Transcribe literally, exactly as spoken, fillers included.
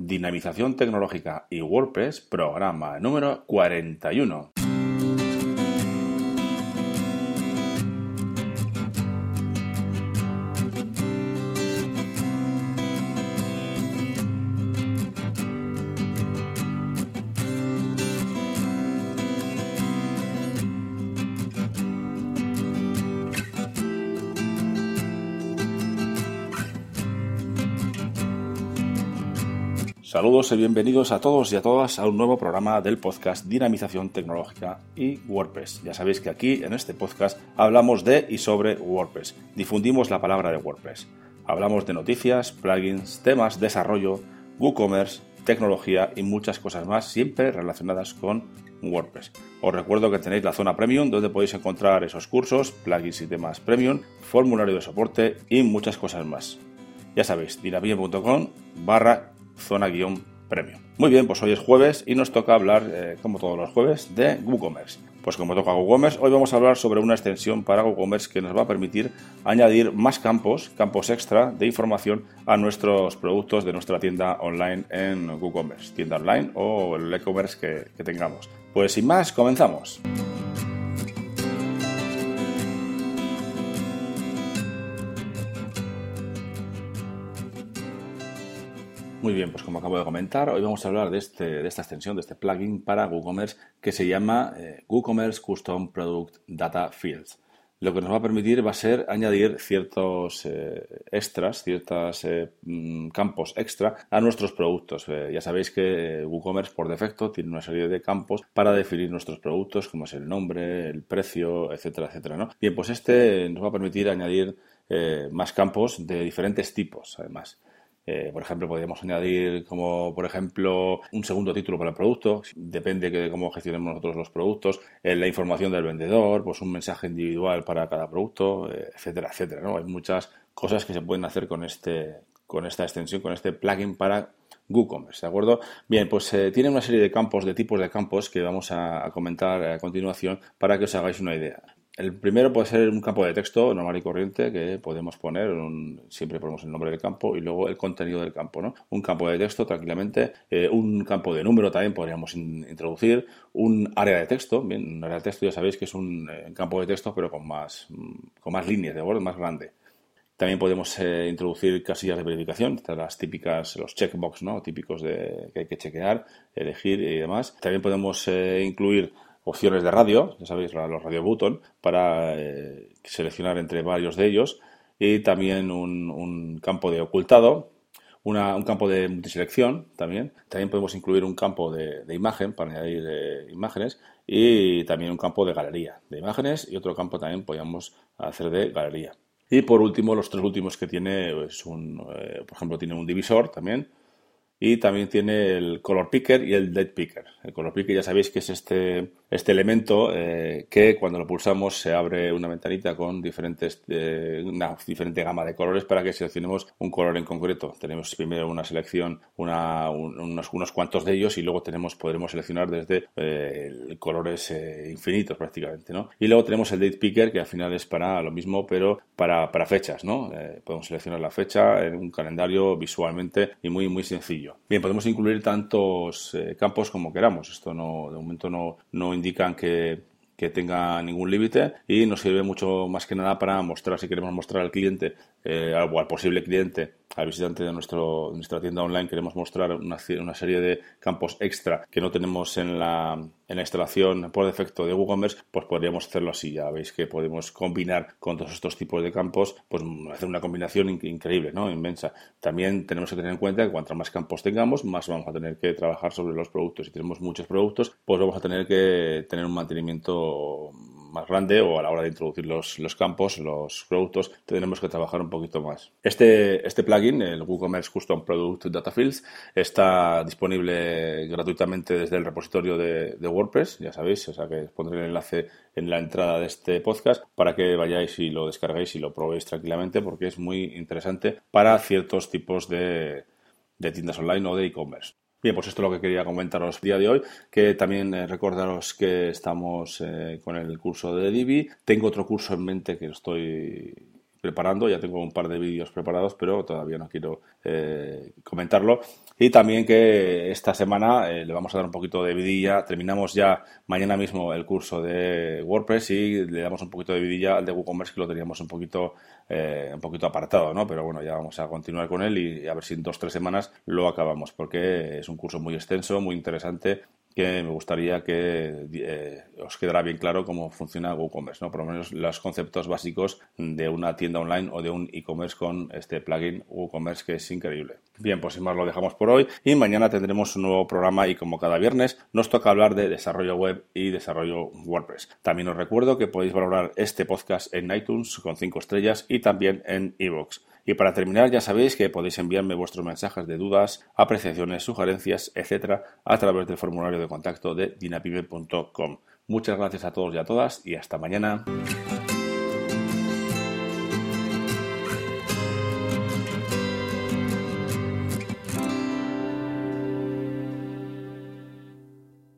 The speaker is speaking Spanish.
Dinamización Tecnológica y WordPress, programa número cuarenta y uno. Saludos y bienvenidos a todos y a todas a un nuevo programa del podcast Dinamización Tecnológica y WordPress. Ya sabéis que aquí en este podcast hablamos de y sobre WordPress. Difundimos la palabra de WordPress. Hablamos de noticias, plugins, temas, desarrollo, WooCommerce, tecnología y muchas cosas más, siempre relacionadas con WordPress. Os recuerdo que tenéis la zona Premium, donde podéis encontrar esos cursos, plugins y temas Premium, formulario de soporte y muchas cosas más. Ya sabéis, dinamización.com barra zona guión premium. Muy bien, pues hoy es jueves y nos toca hablar, eh, como todos los jueves, de WooCommerce. Pues como toca WooCommerce, hoy vamos a hablar sobre una extensión para WooCommerce que nos va a permitir añadir más campos, campos extra de información a nuestros productos de nuestra tienda online en WooCommerce, tienda online o el e-commerce que, que tengamos. Pues sin más, comenzamos. Muy bien, pues como acabo de comentar, hoy vamos a hablar de, este, de esta extensión, de este plugin para WooCommerce que se llama eh, WooCommerce Custom Product Data Fields. Lo que nos va a permitir va a ser añadir ciertos eh, extras, ciertos eh, campos extra a nuestros productos. Eh, ya sabéis que WooCommerce por defecto tiene una serie de campos para definir nuestros productos, como es el nombre, el precio, etcétera, etcétera, ¿no? Bien, pues este nos va a permitir añadir eh, más campos de diferentes tipos, además. Eh, por ejemplo, podríamos añadir como, por ejemplo, un segundo título para el producto, depende de cómo gestionemos nosotros los productos, eh, la información del vendedor, pues un mensaje individual para cada producto, eh, etcétera, etcétera, ¿no? Hay muchas cosas que se pueden hacer con este, con esta extensión, con este plugin para WooCommerce, ¿de acuerdo? Bien, pues eh, tiene una serie de campos, de tipos de campos que vamos a, a comentar a continuación para que os hagáis una idea. El primero puede ser un campo de texto normal y corriente que podemos poner, un, siempre ponemos el nombre del campo y luego el contenido del campo, ¿no? Un campo de texto tranquilamente, eh, un campo de número también podríamos in, introducir, un área de texto, bien, un área de texto ya sabéis que es un eh, campo de texto pero con más, con más líneas, ¿de acuerdo? Más grande. También podemos eh, introducir casillas de verificación, las típicas, los checkbox, ¿no? Típicos de que hay que chequear, elegir y demás. También podemos eh, incluir opciones de radio, ya sabéis, los radio button, para eh, seleccionar entre varios de ellos, y también un, un campo de ocultado, una, un campo de multiselección también. También podemos incluir un campo de, de imagen para añadir eh, imágenes y también un campo de galería de imágenes y otro campo también podríamos hacer de galería. Y por último, los tres últimos que tiene es un, eh, por ejemplo, tiene un divisor también. Y también tiene el color picker y el date picker. El color picker ya sabéis que es este, este elemento eh, que cuando lo pulsamos se abre una ventanita con diferentes, eh, una diferente gama de colores para que seleccionemos un color en concreto. Tenemos primero una selección, una, un, unos, unos cuantos de ellos y luego tenemos, podremos seleccionar desde eh, colores eh, infinitos prácticamente, ¿no? Y luego tenemos el date picker que al final es para lo mismo pero para, para fechas, ¿no? Eh, podemos seleccionar la fecha en un calendario visualmente y muy, muy sencillo. Bien, podemos incluir tantos eh, campos como queramos. Esto no, de momento no, no indican que, que tenga ningún límite y nos sirve mucho más que nada para mostrar, si queremos mostrar al cliente eh, o al posible cliente, al visitante de nuestro, nuestra tienda online, queremos mostrar una, una serie de campos extra que no tenemos en la, en la instalación por defecto de WooCommerce, pues podríamos hacerlo así. Ya veis que podemos combinar con todos estos tipos de campos, pues hacer una combinación in- increíble, ¿no? Inmensa. También tenemos que tener en cuenta que cuanto más campos tengamos, más vamos a tener que trabajar sobre los productos. Si tenemos muchos productos, pues vamos a tener que tener un mantenimiento más grande o a la hora de introducir los, los campos, los productos, tendremos que trabajar un poquito más. Este, este plugin, el WooCommerce Custom Product Data Fields, está disponible gratuitamente desde el repositorio de, de WordPress, ya sabéis, o sea que os pondré el enlace en la entrada de este podcast para que vayáis y lo descarguéis y lo probéis tranquilamente porque es muy interesante para ciertos tipos de, de tiendas online o de e-commerce. Bien, pues esto es lo que quería comentaros el día de hoy, que también eh, recordaros que estamos eh, con el curso de Divi. Tengo otro curso en mente que estoy preparando, ya tengo un par de vídeos preparados, pero todavía no quiero eh, comentarlo. Y también que esta semana eh, le vamos a dar un poquito de vidilla, terminamos ya mañana mismo el curso de WordPress y le damos un poquito de vidilla al de WooCommerce, que lo teníamos un poquito, eh, un poquito apartado, ¿no? Pero bueno, ya vamos a continuar con él y a ver si en dos o tres semanas lo acabamos, porque es un curso muy extenso, muy interesante, que me gustaría que eh, os quedara bien claro cómo funciona WooCommerce, ¿no? Por lo menos los conceptos básicos de una tienda online o de un e-commerce con este plugin WooCommerce, que es increíble. Bien, pues sin más lo dejamos por hoy y mañana tendremos un nuevo programa y como cada viernes nos toca hablar de desarrollo web y desarrollo WordPress. También os recuerdo que podéis valorar este podcast en iTunes con cinco estrellas y también en iVoox. Y para terminar, ya sabéis que podéis enviarme vuestros mensajes de dudas, apreciaciones, sugerencias, etcétera, a través del formulario de contacto de dinapime punto com. Muchas gracias a todos y a todas y hasta mañana.